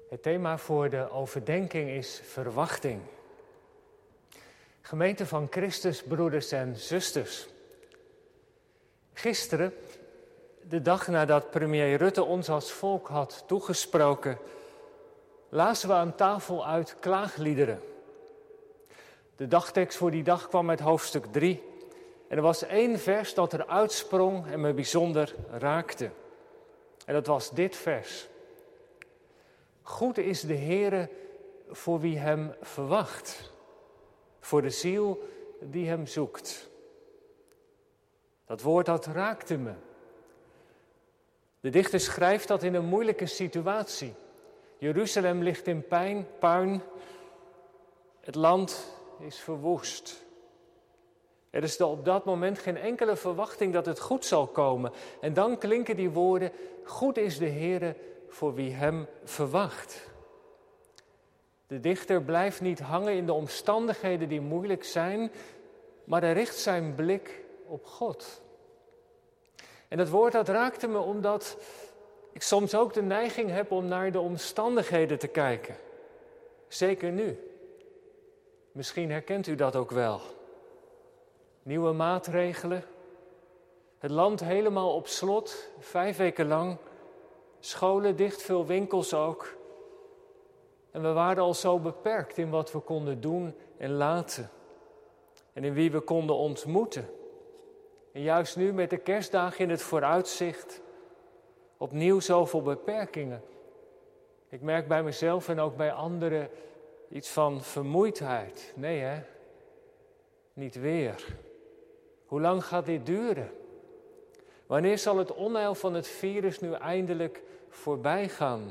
Het thema voor de overdenking is verwachting. Gemeente van Christus, broeders en zusters. Gisteren, de dag nadat premier Rutte ons als volk had toegesproken, lazen we aan tafel uit klaagliederen. De dagtekst voor die dag kwam uit hoofdstuk 3. En er was 1 vers dat er uitsprong en me bijzonder raakte. En dat was dit vers. Goed is de Heere voor wie hem verwacht, voor de ziel die hem zoekt. Dat woord dat raakte me. De dichter schrijft dat in een moeilijke situatie. Jeruzalem ligt in puin, het land is verwoest. Er is op dat moment geen enkele verwachting dat het goed zal komen. En dan klinken die woorden, goed is de Heere voor wie hem verwacht. De dichter blijft niet hangen in de omstandigheden die moeilijk zijn, maar hij richt zijn blik op God. En dat woord dat raakte me omdat ik soms ook de neiging heb om naar de omstandigheden te kijken. Zeker nu. Misschien herkent u dat ook wel. Nieuwe maatregelen. Het land helemaal op slot, 5 weken lang. Scholen dicht, veel winkels ook. En we waren al zo beperkt in wat we konden doen en laten. En in wie we konden ontmoeten. En juist nu met de kerstdagen in het vooruitzicht, opnieuw zoveel beperkingen. Ik merk bij mezelf en ook bij anderen iets van vermoeidheid. Nee hè, niet weer. Hoe lang gaat dit duren? Wanneer zal het onheil van het virus nu eindelijk voorbij gaan?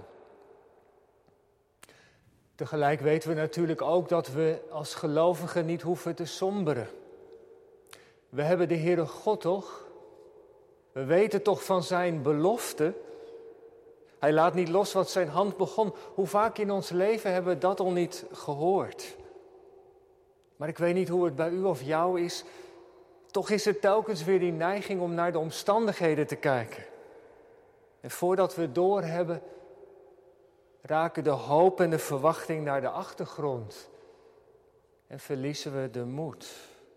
Tegelijk weten we natuurlijk ook dat we als gelovigen niet hoeven te somberen. We hebben de Heere God toch? We weten toch van zijn belofte? Hij laat niet los wat zijn hand begon. Hoe vaak in ons leven hebben we dat al niet gehoord? Maar ik weet niet hoe het bij u of jou is. Toch is er telkens weer die neiging om naar de omstandigheden te kijken. En voordat we het doorhebben, raken de hoop en de verwachting naar de achtergrond. En verliezen we de moed.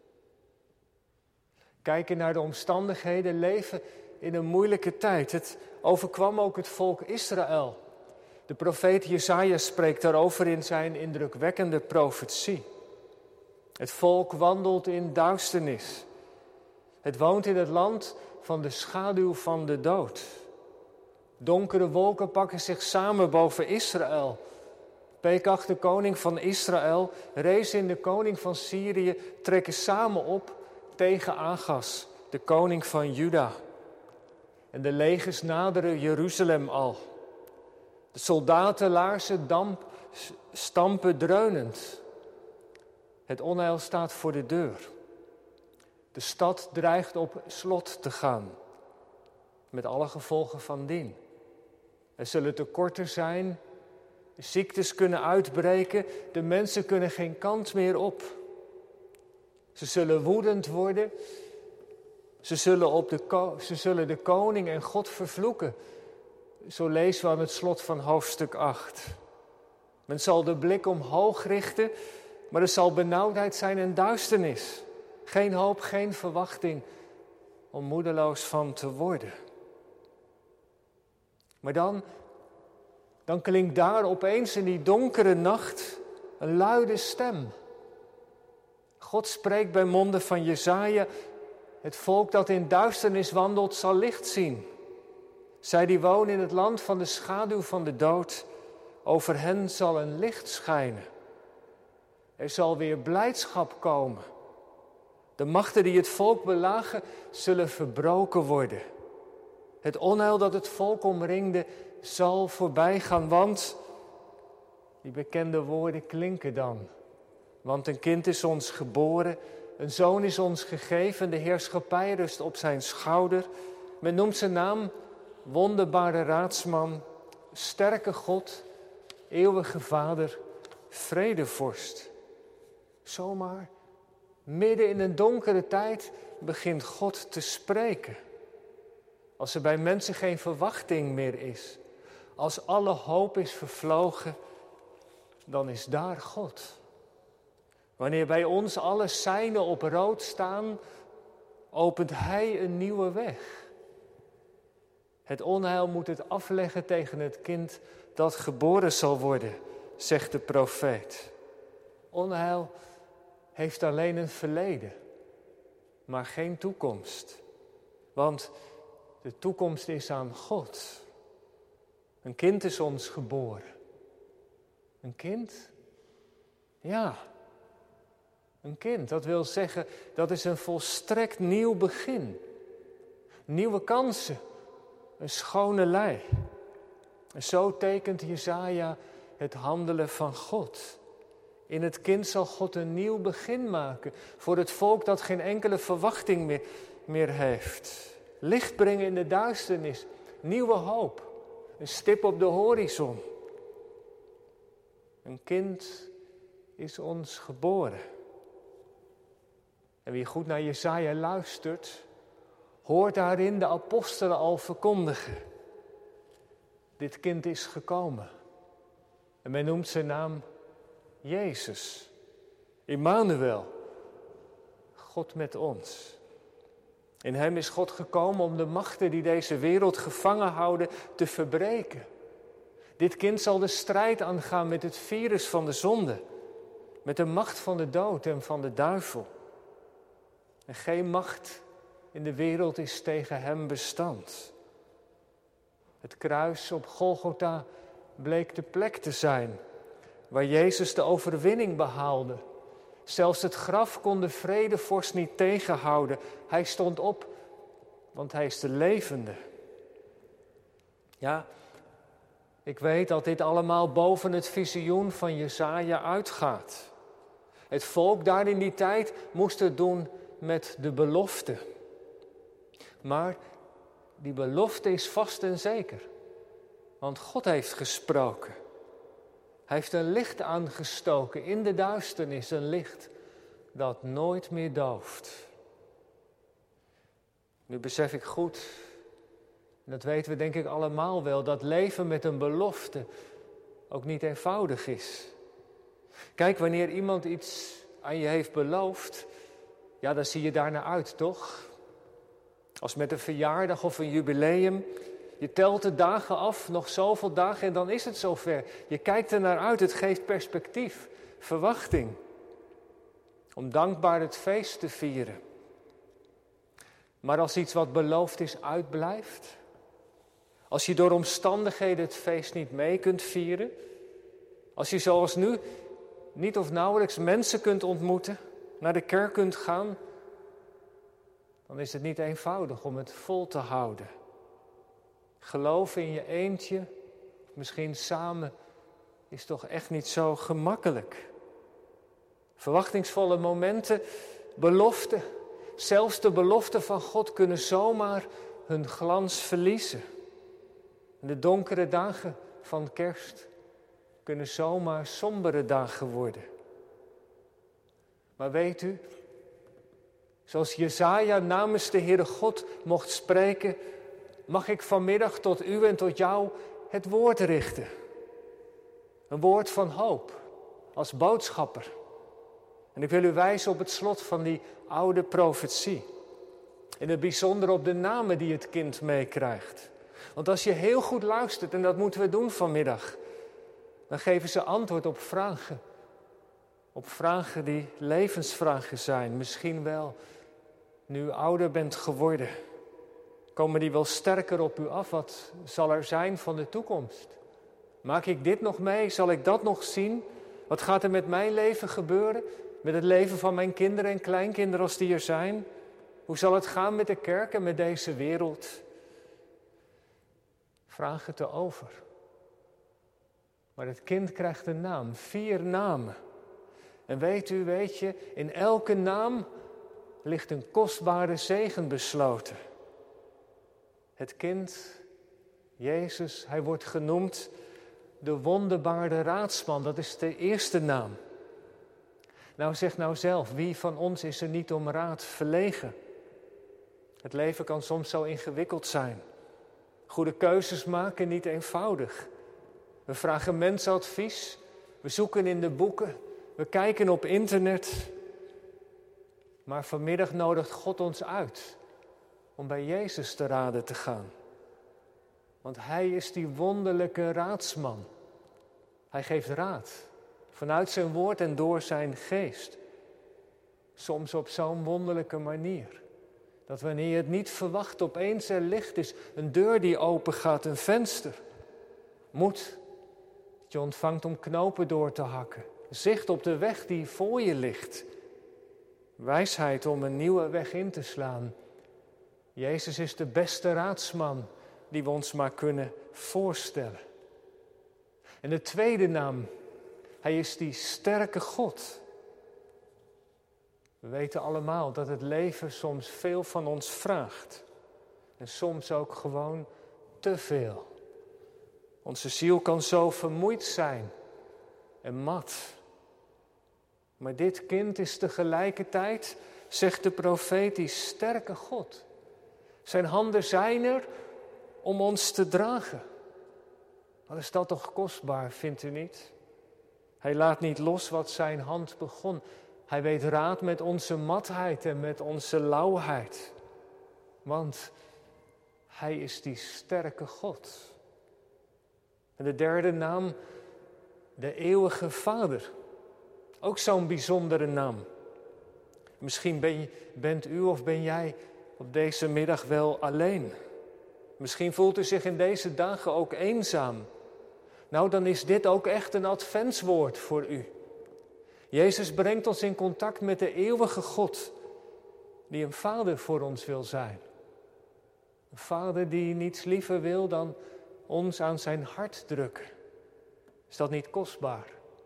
Kijken naar de omstandigheden, leven in een moeilijke tijd. Het overkwam ook het volk Israël. De profeet Jesaja spreekt daarover in zijn indrukwekkende profetie. Het volk wandelt in duisternis. Het woont in het land van de schaduw van de dood. Donkere wolken pakken zich samen boven Israël. Pekach, de koning van Israël, Rezin, de koning van Syrië, trekken samen op tegen Agas, de koning van Juda. En de legers naderen Jeruzalem al. De soldaten laarzen stampen dreunend. Het onheil staat voor de deur. De stad dreigt op slot te gaan, met alle gevolgen van dien. Er zullen tekorten zijn, ziektes kunnen uitbreken, de mensen kunnen geen kant meer op. Ze zullen woedend worden, ze zullen de koning en God vervloeken. Zo lezen we aan het slot van hoofdstuk 8. Men zal de blik omhoog richten, maar er zal benauwdheid zijn en duisternis. Geen hoop, geen verwachting om moedeloos van te worden. Maar dan klinkt daar opeens in die donkere nacht een luide stem. God spreekt bij monden van Jesaja, het volk dat in duisternis wandelt zal licht zien. Zij die wonen in het land van de schaduw van de dood, over hen zal een licht schijnen. Er zal weer blijdschap komen. De machten die het volk belagen, zullen verbroken worden. Het onheil dat het volk omringde, zal voorbij gaan, want die bekende woorden klinken dan. Want een kind is ons geboren, een zoon is ons gegeven, de heerschappij rust op zijn schouder. Men noemt zijn naam wonderbare raadsman, sterke God, eeuwige Vader, vredevorst. Zomaar, midden in een donkere tijd begint God te spreken. Als er bij mensen geen verwachting meer is. Als alle hoop is vervlogen, dan is daar God. Wanneer bij ons alle seinen op rood staan, opent Hij een nieuwe weg. Het onheil moet het afleggen tegen het kind dat geboren zal worden, zegt de profeet. Onheil heeft alleen een verleden, maar geen toekomst. Want de toekomst is aan God. Een kind is ons geboren. Een kind? Ja, een kind. Dat wil zeggen, dat is een volstrekt nieuw begin. Nieuwe kansen. Een schone lei. En zo tekent Jesaja het handelen van God. In het kind zal God een nieuw begin maken. Voor het volk dat geen enkele verwachting meer heeft. Licht brengen in de duisternis. Nieuwe hoop. Een stip op de horizon. Een kind is ons geboren. En wie goed naar Jesaja luistert, hoort daarin de apostelen al verkondigen. Dit kind is gekomen. En men noemt zijn naam Jezus. Immanuel. God met ons. In hem is God gekomen om de machten die deze wereld gevangen houden te verbreken. Dit kind zal de strijd aangaan met het virus van de zonde. Met de macht van de dood en van de duivel. En geen macht in de wereld is tegen hem bestand. Het kruis op Golgotha bleek de plek te zijn waar Jezus de overwinning behaalde. Zelfs het graf kon de vredevorst niet tegenhouden. Hij stond op, want hij is de levende. Ja, ik weet dat dit allemaal boven het visioen van Jesaja uitgaat. Het volk daar in die tijd moest het doen met de belofte. Maar die belofte is vast en zeker. Want God heeft gesproken. Hij heeft een licht aangestoken in de duisternis. Een licht dat nooit meer dooft. Nu besef ik goed, en dat weten we denk ik allemaal wel, dat leven met een belofte ook niet eenvoudig is. Kijk, wanneer iemand iets aan je heeft beloofd, ja, dan zie je daarnaar uit, toch? Als met een verjaardag of een jubileum. Je telt de dagen af, nog zoveel dagen en dan is het zover. Je kijkt er naar uit, het geeft perspectief, verwachting. Om dankbaar het feest te vieren. Maar als iets wat beloofd is uitblijft. Als je door omstandigheden het feest niet mee kunt vieren. Als je zoals nu niet of nauwelijks mensen kunt ontmoeten. Naar de kerk kunt gaan. Dan is het niet eenvoudig om het vol te houden. Geloven in je eentje, misschien samen, is toch echt niet zo gemakkelijk. Verwachtingsvolle momenten, beloften, zelfs de beloften van God kunnen zomaar hun glans verliezen. De donkere dagen van kerst kunnen zomaar sombere dagen worden. Maar weet u, zoals Jesaja namens de Heere God mocht spreken, mag ik vanmiddag tot u en tot jou het woord richten. Een woord van hoop, als boodschapper. En ik wil u wijzen op het slot van die oude profetie. In het bijzonder op de namen die het kind meekrijgt. Want als je heel goed luistert, en dat moeten we doen vanmiddag, dan geven ze antwoord op vragen. Op vragen die levensvragen zijn. Misschien wel, nu u ouder bent geworden. Komen die wel sterker op u af? Wat zal er zijn van de toekomst? Maak ik dit nog mee? Zal ik dat nog zien? Wat gaat er met mijn leven gebeuren? Met het leven van mijn kinderen en kleinkinderen als die er zijn? Hoe zal het gaan met de kerk en met deze wereld? Vraag het erover. Maar het kind krijgt een naam, 4 namen. En weet je, in elke naam ligt een kostbare zegen besloten. Het kind, Jezus, hij wordt genoemd de wonderbare raadsman. Dat is de eerste naam. Nou, zeg nou zelf, wie van ons is er niet om raad verlegen? Het leven kan soms zo ingewikkeld zijn. Goede keuzes maken niet eenvoudig. We vragen mensadvies, we zoeken in de boeken, we kijken op internet. Maar vanmiddag nodigt God ons uit om bij Jezus te raden te gaan. Want Hij is die wonderlijke raadsman. Hij geeft raad vanuit zijn woord en door zijn geest. Soms op zo'n wonderlijke manier. Dat wanneer je het niet verwacht, opeens er licht is. Een deur die open gaat, een venster. Moed dat je ontvangt om knopen door te hakken. Zicht op de weg die voor je ligt. Wijsheid om een nieuwe weg in te slaan. Jezus is de beste raadsman die we ons maar kunnen voorstellen. En de tweede naam, Hij is die sterke God. We weten allemaal dat het leven soms veel van ons vraagt. En soms ook gewoon te veel. Onze ziel kan zo vermoeid zijn en mat. Maar dit kind is tegelijkertijd, zegt de profeet, die sterke God. Zijn handen zijn er om ons te dragen. Wat is dat toch kostbaar, vindt u niet? Hij laat niet los wat zijn hand begon. Hij weet raad met onze matheid en met onze lauwheid. Want Hij is die sterke God. En de derde naam, de eeuwige Vader. Ook zo'n bijzondere naam. Misschien bent u of ben jij op deze middag wel alleen. Misschien voelt u zich in deze dagen ook eenzaam. Nou, dan is dit ook echt een adventswoord voor u. Jezus brengt ons in contact met de eeuwige God, die een vader voor ons wil zijn. Een vader die niets liever wil dan ons aan zijn hart drukken. Is dat niet kostbaar?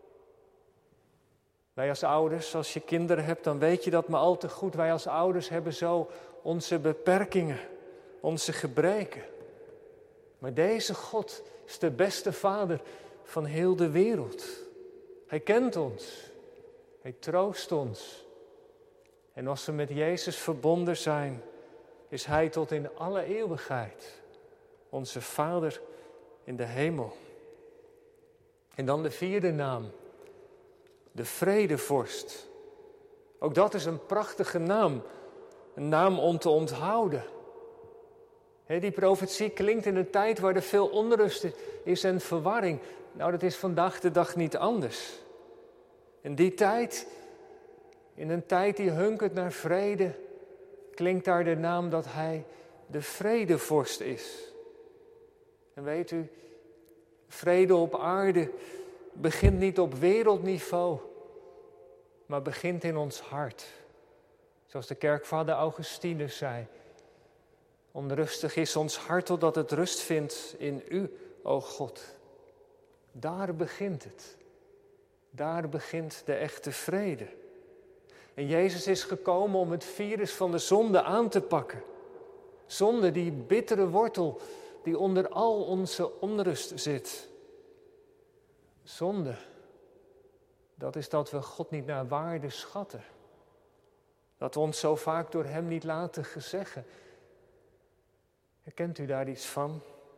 Wij als ouders, als je kinderen hebt, dan weet je dat maar al te goed. Wij als ouders hebben zo onze beperkingen, onze gebreken. Maar deze God is de beste vader van heel de wereld. Hij kent ons. Hij troost ons. En als we met Jezus verbonden zijn, is Hij tot in alle eeuwigheid onze Vader in de hemel. En dan de vierde naam, de Vredevorst. Ook dat is een prachtige naam, een naam om te onthouden. Die profetie klinkt in een tijd waar er veel onrust is en verwarring. Nou, dat is vandaag de dag niet anders. In die tijd, in een tijd die hunkert naar vrede, klinkt daar de naam dat Hij de Vredevorst is. En weet u, vrede op aarde begint niet op wereldniveau, maar begint in ons hart. Zoals de kerkvader Augustinus zei. Onrustig is ons hart totdat het rust vindt in U, o God. Daar begint het. Daar begint de echte vrede. En Jezus is gekomen om het virus van de zonde aan te pakken. Zonde, die bittere wortel die onder al onze onrust zit. Zonde, dat is dat we God niet naar waarde schatten. Dat we ons zo vaak door Hem niet laten gezeggen. Herkent u daar iets van?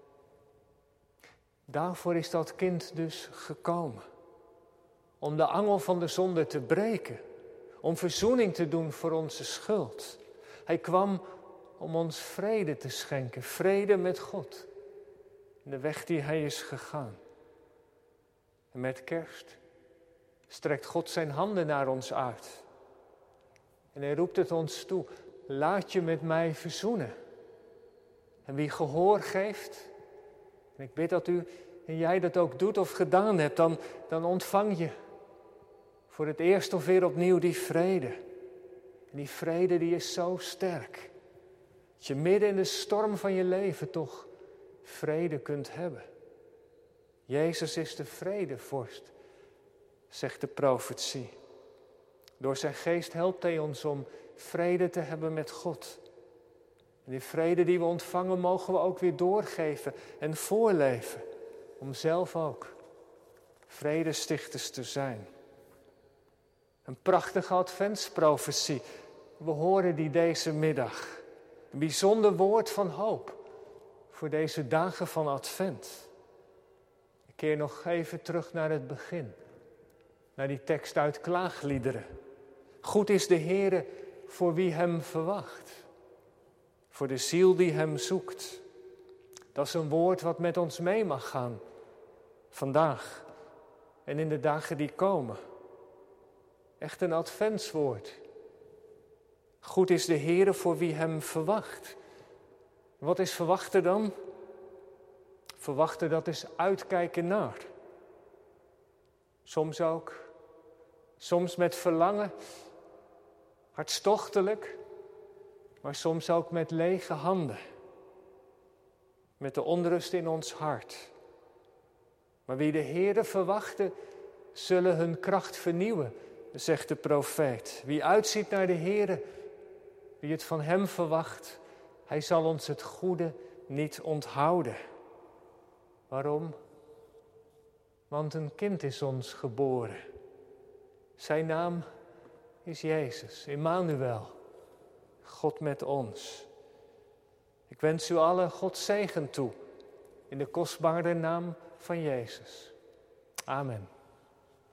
Daarvoor is dat kind dus gekomen. Om de angel van de zonde te breken. Om verzoening te doen voor onze schuld. Hij kwam om ons vrede te schenken. Vrede met God. In de weg die Hij is gegaan. En met kerst strekt God zijn handen naar ons uit. En Hij roept het ons toe. Laat je met mij verzoenen. En wie gehoor geeft, en ik bid dat u en jij dat ook doet of gedaan hebt, dan ontvang je voor het eerst of weer opnieuw die vrede. En die vrede die is zo sterk. Dat je midden in de storm van je leven toch vrede kunt hebben. Jezus is de vredevorst, zegt de profetie. Door zijn geest helpt Hij ons om vrede te hebben met God. En die vrede die we ontvangen mogen we ook weer doorgeven en voorleven. Om zelf ook vredestichters te zijn. Een prachtige adventsprofetie. We horen die deze middag. Een bijzonder woord van hoop. voor deze dagen van Advent. Ik keer nog even terug naar het begin. Naar die tekst uit Klaagliederen. Goed is de Heere voor wie hem verwacht. Voor de ziel die hem zoekt. Dat is een woord wat met ons mee mag gaan. Vandaag en in de dagen die komen. Echt een adventswoord. Goed is de Heere voor wie hem verwacht. Wat is verwachten dan? Verwachten, dat is uitkijken naar. Soms ook. Soms met verlangen. Hartstochtelijk. Maar soms ook met lege handen. Met de onrust in ons hart. Maar wie de Heere verwachten, zullen hun kracht vernieuwen, zegt de profeet. Wie uitziet naar de Heere, wie het van hem verwacht, hij zal ons het goede niet onthouden. Waarom? Want een kind is ons geboren. Zijn naam is Jezus, Immanuel, God met ons. Ik wens u allen Gods zegen toe, in de kostbare naam van Jezus. Amen.